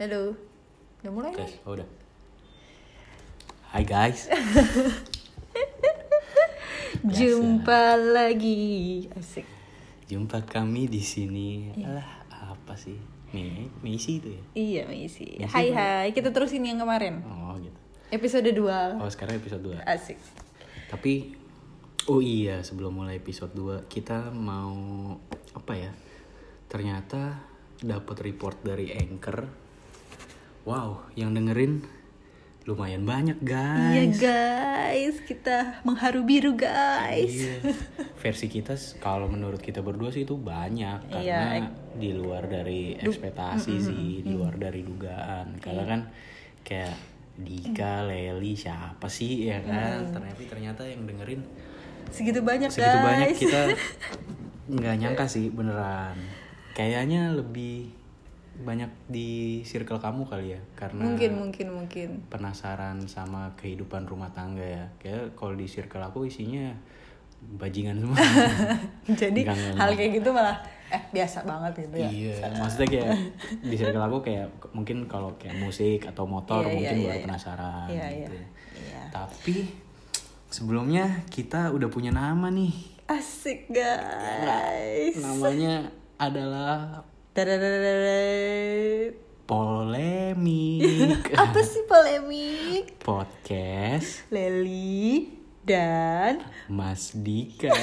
Halo. Udah mulai? Tes, udah. Hai guys. Jumpa lagi. Asik. Jumpa kami di sini. Alah, apa sih? Misi itu ya? Iya, Misi. Hai. Kita terusin yang kemarin. Oh, gitu. Episode 2. Oh, sekarang episode 2. Asik. Tapi oh iya, sebelum mulai episode 2, kita mau apa ya? Ternyata dapat report dari Anchor. Wow, yang dengerin lumayan banyak guys. Iya guys, kita mengharu biru guys. Iya. Versi kita kalau menurut kita berdua sih itu banyak karena di luar dari ekspektasi sih, di luar dari dugaan. Karena kan kayak Dika, Leli, siapa sih ya kan? Ternyata yang dengerin Segitu banyak segitu guys. banyak, kita nggak nyangka sih beneran. Kayaknya lebih banyak di circle kamu kali ya, karena Mungkin. penasaran sama kehidupan rumah tangga ya. Kayak kalau di circle aku isinya bajingan semua. Jadi Enggak. hal kayak gitu malah biasa banget gitu ya. Iya, maksudnya kayak di circle aku kayak mungkin kalau kayak musik atau motor baru penasaran gitu. Iya. Tapi sebelumnya kita udah punya nama nih. Asik guys. Namanya adalah Polemik. Apa sih polemik? Podcast Leli dan Mas Dika.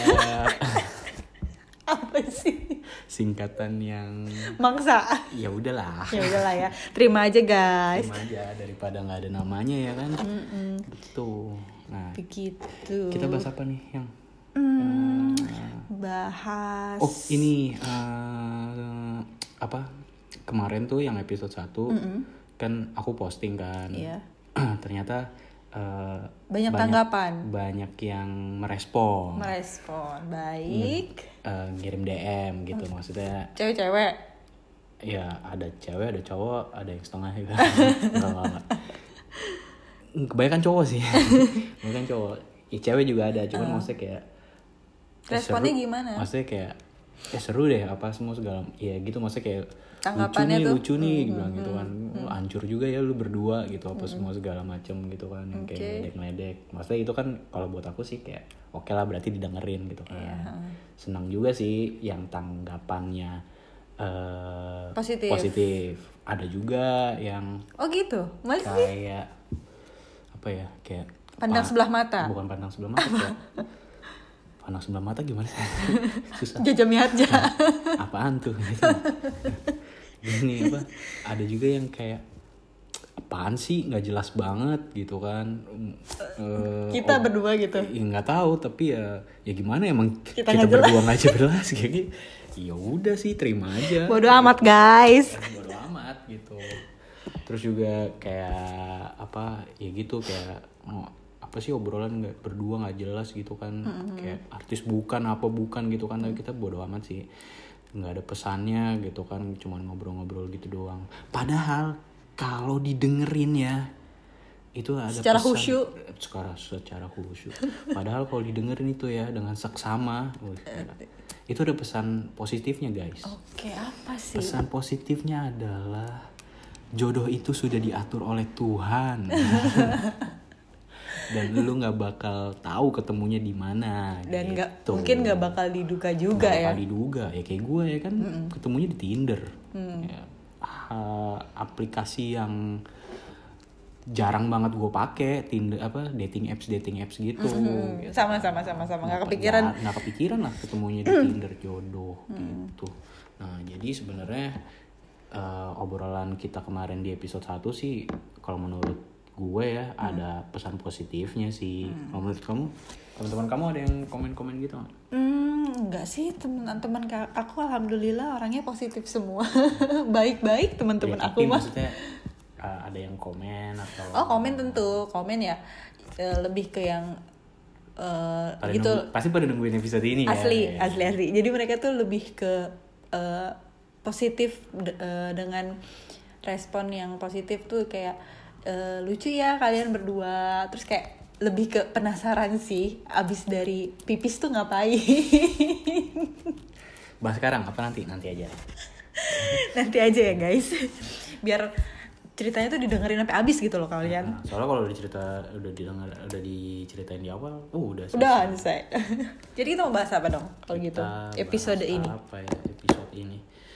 apa sih? Singkatan yang Maksa. ya udahlah. Ya udahlah ya. Terima aja guys. Terima aja daripada nggak ada namanya ya kan. Betul. Nah, Begitu. kita bahas apa nih yang? Bahas. Oh ini apa? Kemarin tuh yang episode 1 kan aku posting kan. Iya. Ternyata Banyak tanggapan. Banyak yang merespon. Baik. Ngirim DM gitu maksudnya. Cewek-cewek. Ya ada cewek, ada cowok, ada yang setengah gitu. Enggak. Kebanyakan cowok sih. Kebanyakan cowok. Ya, cewek juga ada, cuman maksudnya kayak Responnya seru, gimana? Maksudnya kayak seru deh apa semua segala. Ya gitu maksudnya kayak tanggapannya lucu nih bilang gitu kan. Hancur juga ya lu berdua gitu apa semua segala macem gitu kan, yang kayak ngeledek. Maksudnya itu kan kalau buat aku sih kayak oke lah, berarti didengerin gitu kan. Senang juga sih yang tanggapannya positif. Ada juga yang gitu. Masih kayak apa ya, kayak pandang sebelah mata. Bukan pandang sebelah mata kayak pandang sebelah mata gimana sih? Susah. Jajami aja. Apaan tuh gitu. Gini apa? Ada juga yang kayak apaan sih, nggak jelas banget gitu kan. Kita berdua gitu. Ya nggak tahu, tapi ya gimana, emang kita jelas. berdua nggak jelas kayak gitu. Ya udah sih, terima aja. Bodoh amat guys. Bodoh amat gitu. Terus juga kayak apa ya gitu, kayak apa sih obrolan berdua nggak jelas gitu kan. Kayak artis bukan gitu kan. Tapi kita bodo amat sih, nggak ada pesannya gitu kan, cuman ngobrol-ngobrol gitu doang. Padahal kalau didengerin ya itu ada secara pesan, secara khusyuk. Padahal kalau didengerin itu ya dengan seksama, itu ada pesan positifnya guys. Oke, apa sih? Pesan positifnya adalah jodoh itu sudah diatur oleh Tuhan. Dan lu nggak bakal tahu ketemunya di mana. Dan gitu. mungkin nggak bakal diduga juga ya. Bakal diduga ya, kayak gue ya kan ketemunya di Tinder. Ya, aplikasi yang jarang banget gue pakai, Tinder apa dating apps gitu. Sama nggak kepikiran lah ketemunya di Tinder jodoh gitu. Nah jadi sebenarnya obrolan kita kemarin di episode 1 sih kalau menurut gue ya ada pesan positifnya sih. Kalau menurut kamu, teman-teman kamu ada yang komen-komen gitu nggak? Enggak sih, teman-teman aku alhamdulillah orangnya positif semua. Baik-baik teman-teman Ya, aku mah. Maksudnya ada yang komen atau? Oh, komen tentu, komen ya lebih ke yang gitu. Pasti pada nungguin episode ini asli, ya. Asli. Jadi mereka tuh lebih ke positif dengan respon yang positif tuh kayak lucu ya kalian berdua. Terus kayak lebih ke penasaran sih, abis dari pipis tuh ngapain. Bahas sekarang apa nanti aja? Nanti aja ya guys. Biar ceritanya tuh didengerin sampai habis gitu loh kalian. Soalnya kalau udah diceritain di awal, udah selesai. Jadi kita mau bahas apa dong kalau gitu episode ini? Apa ya episode ini?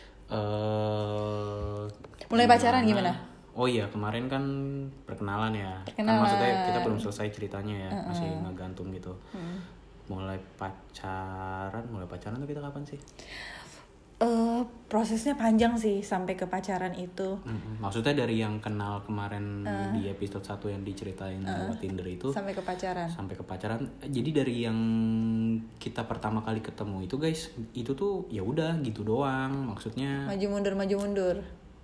Mulai pacaran gimana? Oh iya, kemarin kan perkenalan ya. Kan maksudnya kita belum selesai ceritanya ya, masih ngegantung gitu. Mulai pacaran tuh kita kapan sih? Prosesnya panjang sih sampai ke pacaran itu. Maksudnya dari yang kenal kemarin di episode 1 yang diceritain lewat Tinder itu sampai ke pacaran. Jadi dari yang kita pertama kali ketemu itu guys, itu tuh ya udah gitu doang. Maksudnya maju mundur.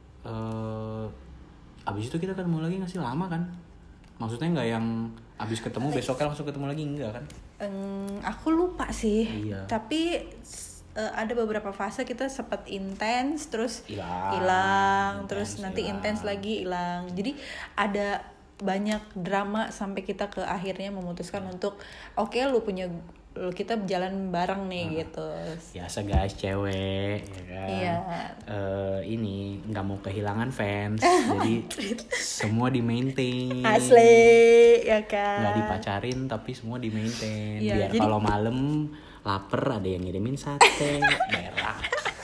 Abis itu kita ketemu lagi nggak sih, lama kan? Maksudnya nggak yang abis ketemu besoknya langsung ketemu lagi, enggak kan? Aku lupa sih. Iya. Tapi ada beberapa fase kita sempat intens terus hilang, terus nanti intens lagi hilang. Jadi ada banyak drama sampai kita ke akhirnya memutuskan untuk kita jalan bareng nih gitu. Biasa guys, cewek ya kan. Iya. Ini nggak mau kehilangan fans, jadi semua di maintain. Asli ya kan. Nggak dipacarin tapi semua di maintain. Iya, biar kalau malam lapar ada yang ngirimin sate merah.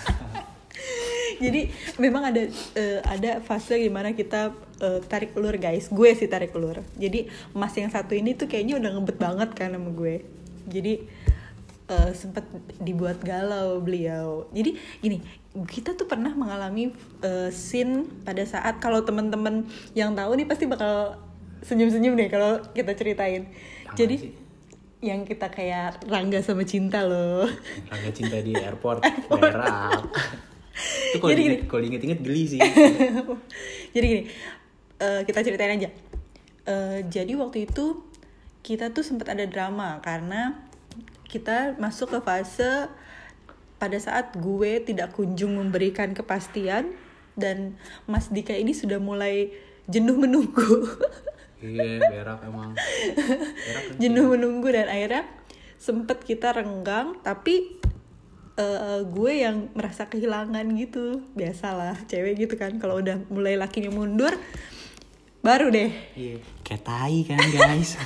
Jadi memang ada fase gimana kita tarik ulur guys. Gue sih tarik ulur. Jadi mas yang satu ini tuh kayaknya udah ngebet banget kan sama gue. Jadi sempat dibuat galau beliau. Jadi gini, kita tuh pernah mengalami scene pada saat, kalau teman-teman yang tahu nih pasti bakal senyum-senyum deh kalau kita ceritain. Jadi yang kita kayak Rangga sama Cinta loh. Rangga Cinta di airport. Berak. Itu kalau diinget-inget geli sih. Jadi gini, kita ceritain aja. Jadi waktu itu kita tuh sempat ada drama karena kita masuk ke fase pada saat gue tidak kunjung memberikan kepastian dan Mas Dika ini sudah mulai jenuh menunggu. Iya, berak emang. Jenuh menunggu dan akhirnya sempet kita renggang, tapi gue yang merasa kehilangan gitu. Biasalah cewek gitu kan, kalau udah mulai lakinya mundur baru deh. Iya, kayak tai kan guys.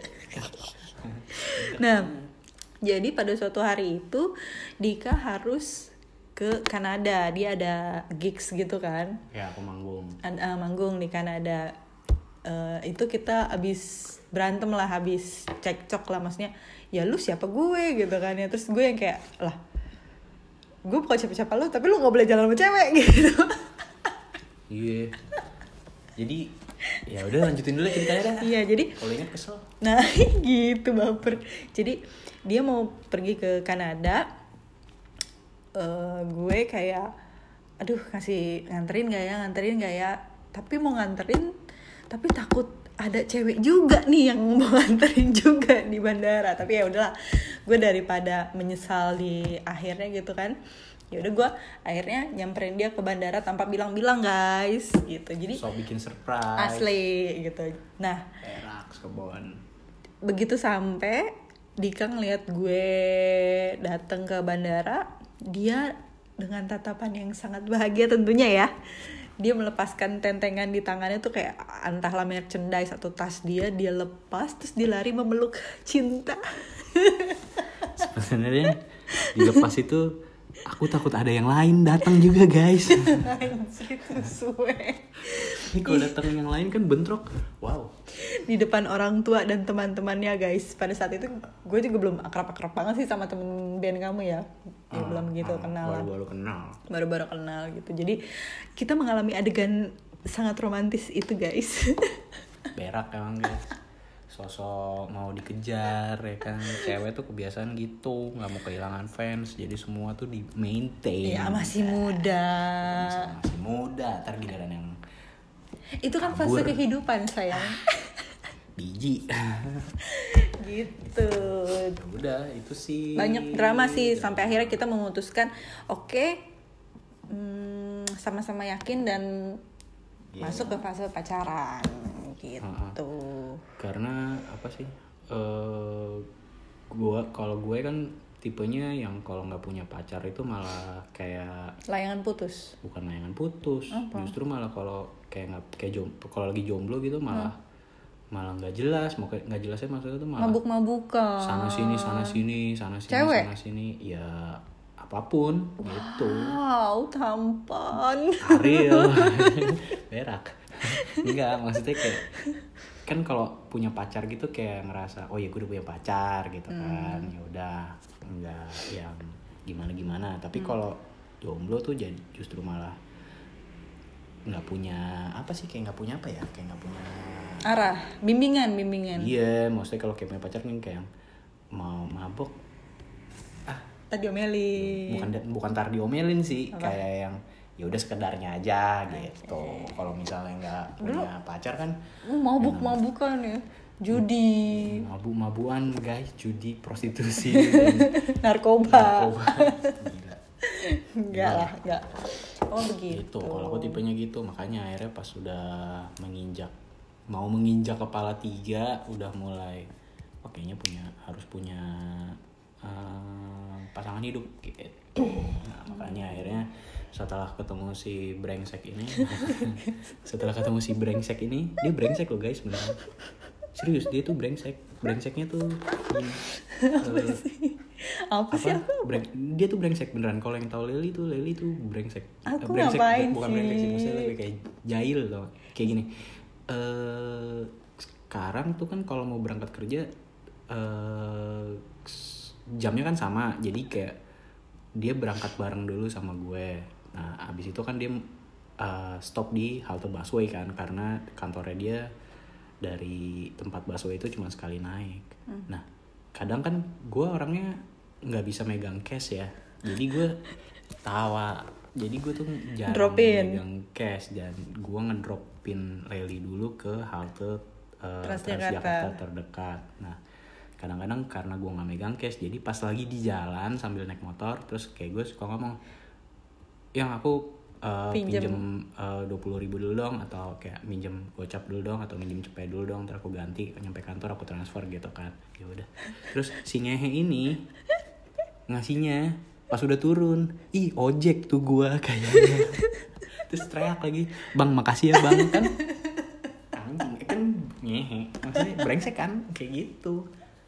Nah, jadi pada suatu hari itu Dika harus ke Kanada. Dia ada gigs gitu kan. Ya, aku manggung. Manggung di Kanada. Itu kita abis berantem lah, abis cekcok lah, maksudnya ya lu siapa gue gitu kan ya. Terus gue yang kayak, lah gue bukan siapa-siapa lu, tapi lu gak boleh jalan sama cewek gitu. Iya. Jadi ya udah lanjutin dulu ceritanya dah. Iya, jadi kalau ingat kesel. Nah gitu baper. Jadi dia mau pergi ke Kanada. Gue kayak aduh nganterin gak ya. Tapi mau nganterin, tapi takut ada cewek juga nih yang mau nganterin juga di bandara. Tapi ya udahlah, gue daripada menyesal di akhirnya gitu kan, ya udah gue akhirnya nyamperin dia ke bandara tanpa bilang-bilang guys gitu. Jadi so bikin surprise asli gitu. Nah, perak kebon. Begitu sampai Dika ngeliat gue datang ke bandara, dia dengan tatapan yang sangat bahagia tentunya ya. Dia melepaskan tentengan di tangannya tuh kayak entahlah merchandise atau tas dia lepas, terus dia lari memeluk Cinta. Sebenarnya dilepas itu aku takut ada yang lain datang juga guys. Anjir itu suwe. Ini kalau datang yang lain kan bentrok. Wow. Di depan orang tua dan teman-temannya guys. Pada saat itu gue juga belum akrab-akrab banget sih sama temen band kamu ya. Belum gitu kenal. Baru-baru kenal gitu. Jadi kita mengalami adegan sangat romantis itu guys. Berak emang guys. Sosok mau dikejar ya kan, cewek tuh kebiasaan gitu, nggak mau kehilangan fans, jadi semua tuh di maintain. Ya masih muda. Ntar giliran yang itu kan fase kehidupan sayang. Biji. Gitu. Udah itu sih. Banyak drama sih sampai akhirnya kita memutuskan sama-sama yakin dan masuk ke fase pacaran gitu. Karena apa sih? Kalau gue kan tipenya yang kalau nggak punya pacar itu malah kayak Layangan putus. bukan layangan putus, justru malah kalau kayak kalau lagi jomblo gitu malah nggak jelas, mau kayak nggak jelasnya maksudnya tuh malah Mabuk-mabukan. sana sini Cewek? sana sini ya apapun gitu. Wow, tampan. Ariel berak. Enggak, maksudnya kayak kan kalau punya pacar gitu kayak ngerasa oh ya gue udah punya pacar gitu kan, ya udah enggak yang gimana tapi kalau jomblo tuh jadi justru malah nggak punya apa sih, kayak nggak punya apa ya, kayak nggak punya Arah, bimbingan. iya, maksudnya kalau kayak punya pacar kan kayak mau mabok Tadi omelin. bukan tar diomelin sih, kayak yang ya udah sekedarnya aja gitu. Kalau misalnya nggak punya pacar kan Mabuk-mabukan ya. Judi, mabuk-mabuan guys, judi, prostitusi, narkoba. Gila. Enggak lah, enggak. Oh begitu. Gitu. Kalau aku tipenya gitu, makanya akhirnya pas udah mau menginjak kepala 3 udah mulai kayaknya harus punya pasangan hidup gitu. Nah, makanya akhirnya setelah ketemu si brengsek ini dia brengsek loh guys, beneran serius, dia tuh brengseknya tuh Apa sih aku? Dia tuh brengsek beneran. Kalau yang tahu Leli tuh brengsek. Aku Brengsek ngapain bukan sih? brengsek sih, maksudnya lebih kayak jahil loh. Kayak gini. Sekarang tuh kan kalau mau berangkat kerja jamnya kan sama. Jadi kayak dia berangkat bareng dulu sama gue. Nah, abis itu kan dia stop di halte busway kan, karena kantornya dia dari tempat busway itu cuma sekali naik. Nah, kadang kan gue orangnya nggak bisa megang cash ya, jadi gue jadi gue tuh jarang megang cash, dan gue ngedropin Leli dulu ke halte Transjakarta terdekat. Nah, kadang-kadang karena gue nggak megang cash, jadi pas lagi di jalan sambil naik motor, terus kayak gue suka ngomong, yang aku pinjem 20.000 dulu dong, atau kayak minjem gocap dulu dong, atau minjem cepet dulu dong, ntar aku ganti nyampe kantor aku transfer gitu kan. Ya udah, terus si ngehe ini ngasihnya pas udah turun, ih ojek tuh gua kayaknya. Terus teriak lagi, bang makasih ya bang, kan anjing kan ngehe, maksudnya brengsek kan kayak gitu.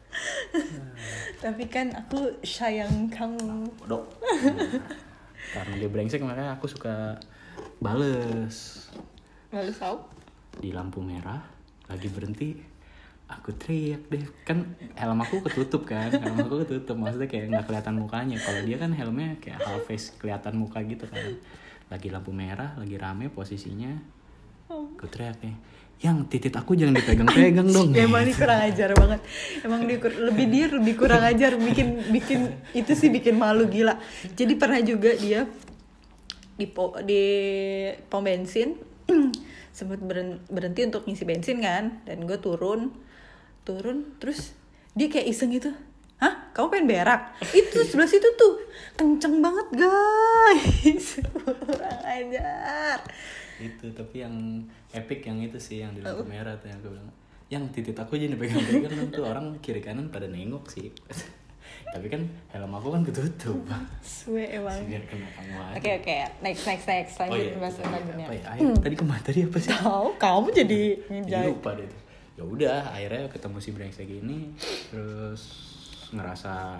Tapi kan aku sayang kamu. Bodoh. Karena dia brengsek makanya aku suka bales. Bales apa? Di lampu merah lagi berhenti, aku teriak deh, kan helm aku ketutup maksudnya kayak nggak kelihatan mukanya. Kalau dia kan helmnya kayak half face kelihatan muka gitu kan. Lagi lampu merah, lagi rame posisinya, aku teriak deh, yang titit aku jangan dipegang-pegang dong. Emang dia kurang ajar banget. Emang dia lebih kurang ajar, bikin itu sih bikin malu gila. Jadi pernah juga dia di pom bensin sempat berhenti untuk ngisi bensin kan, dan gue turun terus dia kayak iseng gitu, hah kamu pengen berak? Itu sebelah situ tuh kenceng banget guys. Kurang ajar. Itu tapi yang epic yang itu sih, yang di lampu merah tuh yang aku bilang, yang titit aku jangan dipegang-pegang tuh orang kiri kanan pada nengok sih. Tapi kan helm aku kan ketutup. Suwe emang. Biar kena kamu aja. Oke, next lanjut bahas selanjutnya. Apa ya? Tadi apa sih? Kamu jadi lupa deh. Ya udah, akhirnya ketemu si brengsek ini, terus ngerasa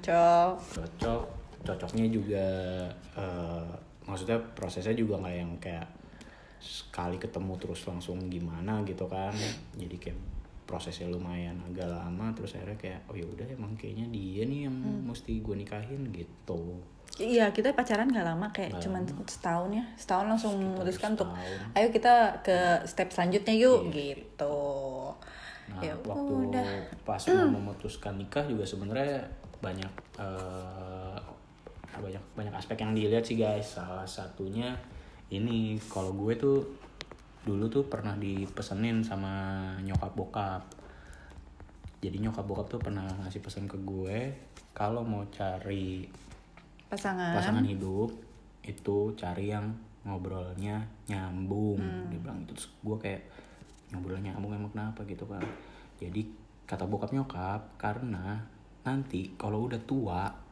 cocoknya juga, maksudnya prosesnya juga nggak yang kayak sekali ketemu terus langsung gimana gitu kan. Jadi kayak prosesnya lumayan agak lama, terus akhirnya kayak oh ya udah emang kayaknya dia nih yang mesti gue nikahin gitu. Iya, kita pacaran gak lama, kayak cuman setahun langsung memutuskan untuk ayo kita ke step selanjutnya yuk gitu. Nah, ya waktu udah. Pas mau memutuskan nikah juga sebenarnya banyak aspek yang dilihat sih guys. Salah satunya ini, kalau gue tuh dulu tuh pernah dipesenin sama nyokap bokap. Jadi nyokap bokap tuh pernah ngasih pesan ke gue, kalau mau cari pasangan hidup itu cari yang ngobrolnya nyambung. Dia bilang itu, terus gue kayak ngobrolnya nyambung emang kenapa gitu kan. Jadi kata bokap nyokap, karena nanti kalau udah tua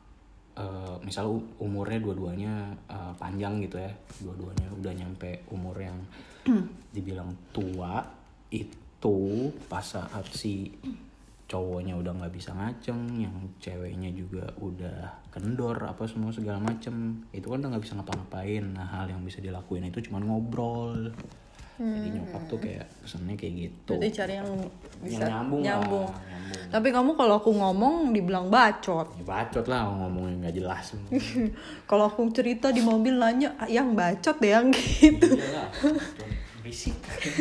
misal umurnya dua-duanya panjang gitu ya, dua-duanya udah nyampe umur yang dibilang tua, itu pas saat si cowoknya udah nggak bisa ngaceng, yang ceweknya juga udah kendor apa semua segala macem, itu kan udah nggak bisa ngapa-ngapain. Nah hal yang bisa dilakuin itu cuma ngobrol. Jadi nyokap tuh kayak pesannya kayak gitu. Berarti cari yang bisa nyambung. Tapi kamu kalau aku ngomong dibilang bacot. Ya, bacot lah ngomongnya nggak jelas. Kalau aku cerita di mobil nanya yang bacot deh yang gitu. Iyalah, berisik.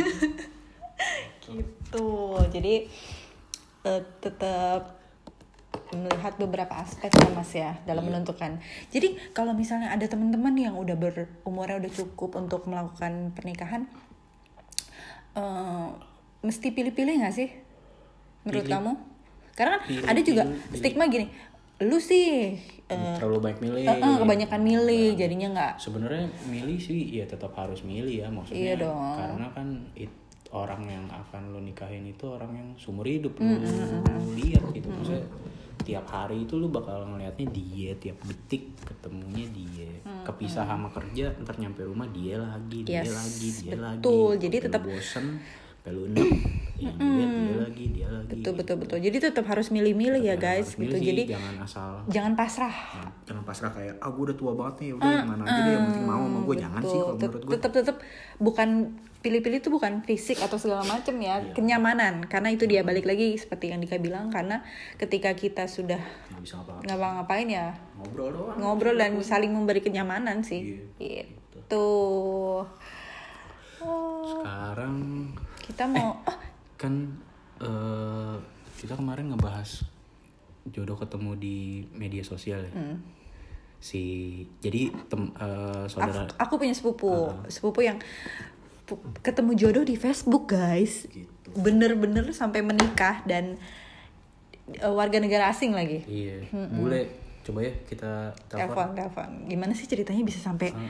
Gitu. Jadi tetap melihat beberapa aspek ya Mas ya dalam menentukan. Jadi kalau misalnya ada teman-teman yang udah umurnya udah cukup untuk melakukan pernikahan, mesti pilih-pilih nggak sih menurut kamu? Karena kan ada juga stigma gini, lu sih terlalu banyak milih. Kebanyakan milih, jadinya nggak. Sebenarnya milih sih ya tetap harus milih ya, maksudnya. Iya dong. Karena kan orang yang akan lo nikahin itu orang yang seumur hidup lo lihat gitu. Maksudnya tiap hari itu lo bakal ngeliatnya dia, tiap detik ketemunya dia. Kepisah sama kerja, ntar nyampe rumah dia lagi. Betul. Jadi tetap bosen, pelu enak, yang dia lagi. Betul. Jadi tetap harus milih-milih ya guys gitu. Jadi jangan pasrah. Jangan pasrah kayak gue udah tua banget nih, udah mana aja deh yang penting mau sama gue. Jangan sih kalau menurut gue. Tetap bukan pilih-pilih itu bukan fisik atau segala macam ya, kenyamanan. Karena itu dia balik lagi seperti yang Dika bilang, karena ketika kita sudah ngapa-ngapain ya ngobrol dan saling memberi kenyamanan sih. Gitu. Sekarang kita mau kita kemarin ngebahas jodoh ketemu di media sosial ya. Jadi saudara aku punya sepupu yang ketemu jodoh di Facebook guys, gitu. Bener-bener sampai menikah dan warga negara asing lagi. Iya. Boleh coba ya kita telepon. Gimana sih ceritanya bisa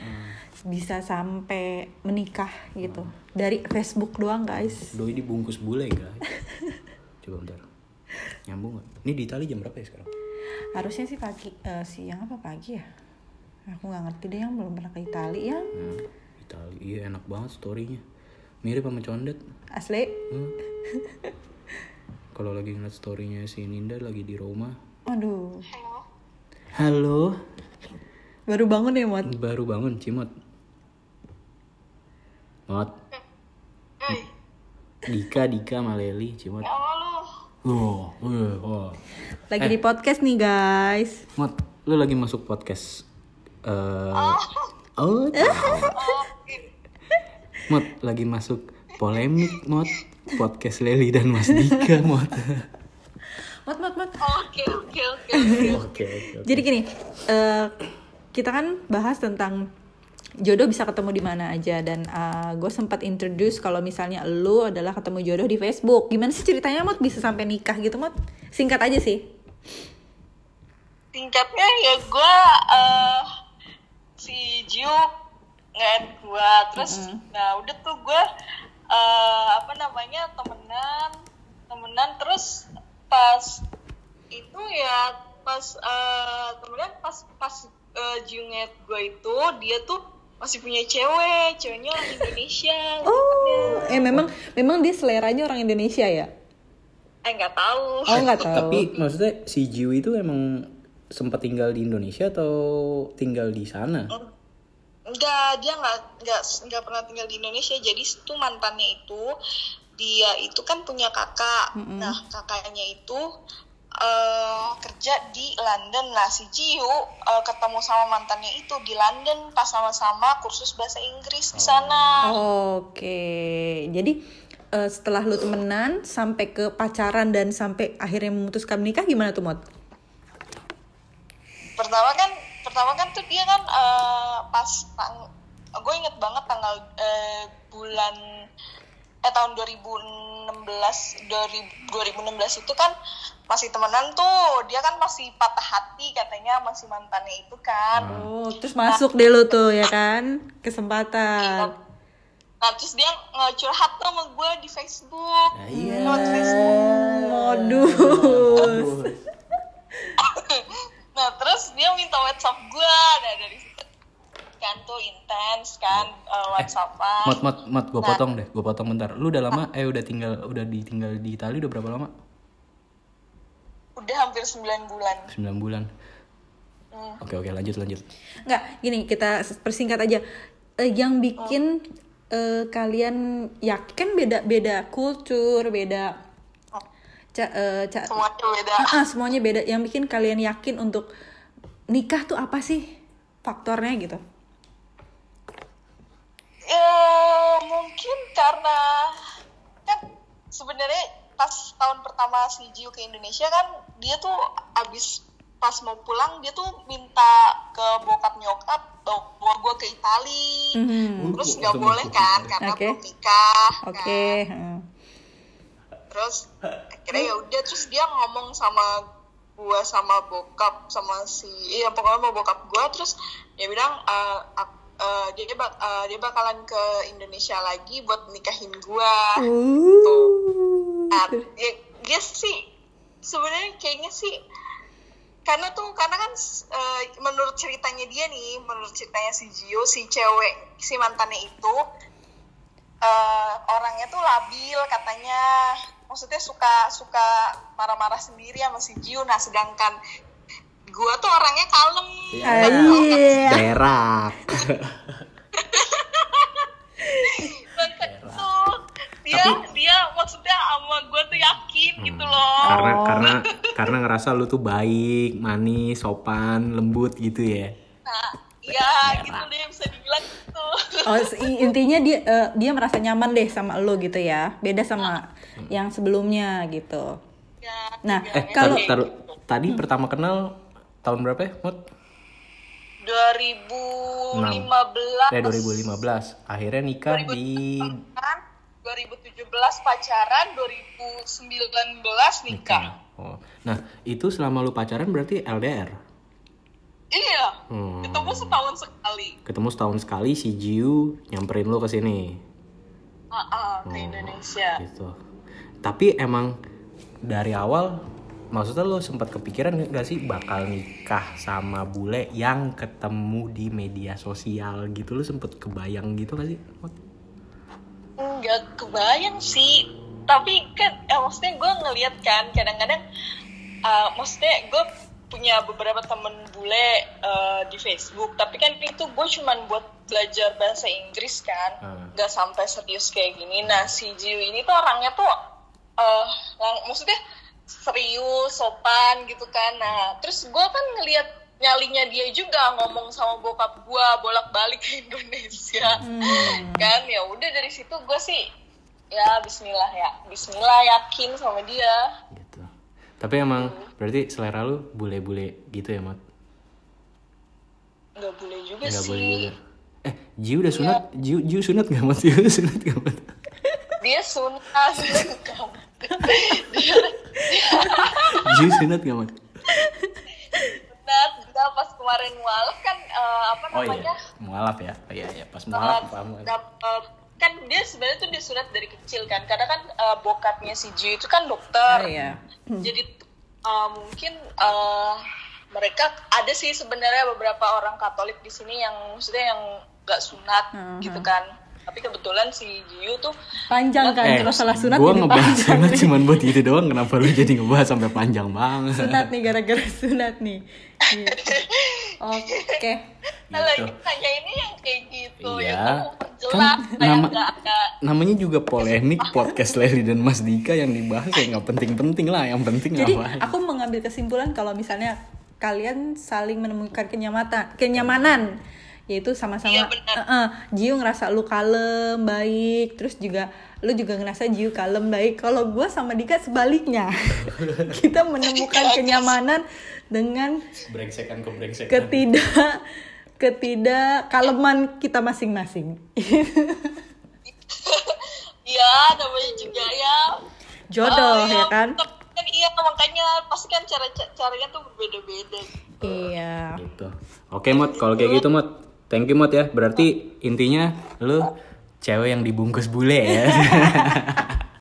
sampai menikah gitu dari Facebook doang guys. Doi dibungkus bule guys. Coba bentar. Nyambung nggak? Ini di Itali jam berapa ya sekarang? Harusnya sih siang apa pagi ya? Aku nggak ngerti deh, yang belum pernah ke Itali ya. Itali, iya enak banget storynya. Mirip sama Condet. Asli. Kalau lagi ngeliat storynya si Ninda lagi di Roma. Aduh. Halo. Baru bangun ya Mot? Baru bangun Cimot. Mot. Dika Maleli Cimot. Lagi di podcast nih guys. Mot, lu lagi masuk podcast. Mot, lagi masuk polemik Mot. Podcast Leli dan Mas Dika Mot. Mot. Oke. Jadi gini, kita kan bahas tentang jodoh bisa ketemu di mana aja, dan gue sempat introduce kalau misalnya lu adalah ketemu jodoh di Facebook. Gimana sih ceritanya Mot bisa sampai nikah gitu Mot? Singkat aja sih. Singkatnya ya gue si Jiu nge-add gue terus nah udah tuh gue temenan terus pas itu ya temenan pas Jiu nge-add gue itu dia tuh masih punya ceweknya orang Indonesia. Memang dia seleranya orang Indonesia ya? Nggak tahu. Tapi maksudnya si Jiu itu emang sempat tinggal di Indonesia atau tinggal di sana? Enggak, dia nggak pernah tinggal di Indonesia. Jadi itu mantannya itu dia itu kan punya kakak. Nah kakaknya itu kerja di London. Nah si Jiu ketemu sama mantannya itu di London pas sama-sama kursus bahasa Inggris di sana. Oke. Jadi setelah lu temenan sampai ke pacaran dan sampai akhirnya memutuskan menikah gimana tuh Mot? Pertama kan tuh dia kan gue inget banget tanggal tahun 2016 itu kan masih temenan tuh, dia kan masih patah hati katanya masih mantannya itu kan. Terus masuk deh lo tuh ya kan kesempatan. Nah terus dia curhat tuh sama gue di Facebook. Modus. Nah terus dia minta WhatsApp gue. Nah dari situ kan tuh intens kan WhatsAppan. Mot, gue potong bentar. Lu udah lama? Udah ditinggal di Itali udah berapa lama? Udah hampir 9 bulan. 9 bulan. Oke, lanjut. Nggak, gini kita persingkat aja. Yang bikin kalian yakin beda kultur, beda semuanya beda. Semuanya beda. Yang bikin kalian yakin untuk nikah tuh apa sih faktornya gitu? Mungkin karena kan sebenarnya pas tahun pertama si Jiu ke Indonesia kan dia tuh abis pas mau pulang dia tuh minta ke bokap nyokap bawa gue ke Itali. Terus nggak boleh kan karena belum nikah. Kan. Terus akhirnya ya udah, terus dia ngomong sama gue sama bokap sama pokoknya sama bokap gue, terus dia bilang dia bakalan ke Indonesia lagi buat nikahin gue. Tuh. Nah, dia sih sebenarnya kayaknya sih karena kan menurut ceritanya si Gio, si cewek, si mantannya itu orangnya tuh labil katanya, maksudnya suka marah-marah sendiri sama si Gio. Nah sedangkan gue tuh orangnya kalem. Berak. Dia maksudnya sama gue tuh yakin gitu loh. Karena ngerasa lu tuh baik, manis, sopan, lembut gitu ya. Nah, iya gitu deh bisa dibilang gitu. Intinya dia merasa nyaman deh sama lo gitu ya. Beda sama yang sebelumnya gitu. Ya, nah, kalau tadi pertama kenal tahun berapa ya, Mot? 2015. 2015. Akhirnya nikah 2017 pacaran, 2019 nikah. Oh. Nah, itu selama lu pacaran berarti LDR? Iya. Ketemu setahun sekali si Jiu nyamperin lu ke sini. Ke Indonesia. Gitu. Tapi emang dari awal maksudnya lu sempat kepikiran gak sih bakal nikah sama bule yang ketemu di media sosial gitu? Lu sempet kebayang gitu gak sih? Nggak kebayang sih, tapi kan maksudnya gue ngeliat kan kadang-kadang maksudnya gue punya beberapa temen bule di Facebook, tapi kan itu gue cuman buat belajar bahasa Inggris kan, nggak sampai serius kayak gini. Nah si Jiu ini tuh orangnya tuh maksudnya serius, sopan gitu kan. Nah terus gue kan ngeliat nyalinya dia juga ngomong sama bokap gue bolak-balik ke Indonesia. Kan ya udah dari situ gue sih ya Bismillah yakin sama dia gitu. Tapi emang berarti selera lu bule-bule gitu ya, Mat? Nggak bule juga sih. Bule juga. Jiu udah sunat? Jiu sunat gak, Mat? Jiu sunat gak, Mat? Dia sunat. Jiu sunat gak, Mat? Pas kemarin mualaf kan namanya? Mualaf ya. Oh iya pas mualaf. Kan dia sebenarnya tuh disunat dari kecil kan. Karena kan bokapnya si Jiu itu kan dokter. Jadi mungkin mereka ada sih sebenarnya beberapa orang Katolik di sini yang maksudnya yang nggak sunat gitu kan. Tapi kebetulan si Jiu tuh panjang kan, terus salah sunat. Gue ngebahas sunat cuman buat itu doang, kenapa lu jadi ngebahas sampai panjang banget? Sunat nih, gara-gara sunat nih. Oke. Kalau tanya ini yang kayak gitu ya jelas kan namanya juga polemik podcast Lely dan Mas Dika yang dibahas ya nggak penting-penting lah, yang penting jadi apa. Aku mengambil kesimpulan kalau misalnya kalian saling menemukan kenyamanan, yaitu sama-sama Jiu ngerasa lu kalem, baik, terus juga lu juga ngerasa Jiu kalem, baik. Kalau gue sama Dika sebaliknya. Kita menemukan kenyamanan dengan ketidak kaleman kita masing-masing. Iya, namanya juga ya jodoh ya kan? Iya, makanya pasti kan caranya tuh berbeda-beda. Iya. Gitu. Oke, Mot, kalau kayak gitu, Mot. Thank you, Mot ya. Berarti intinya lu cewek yang dibungkus bule ya.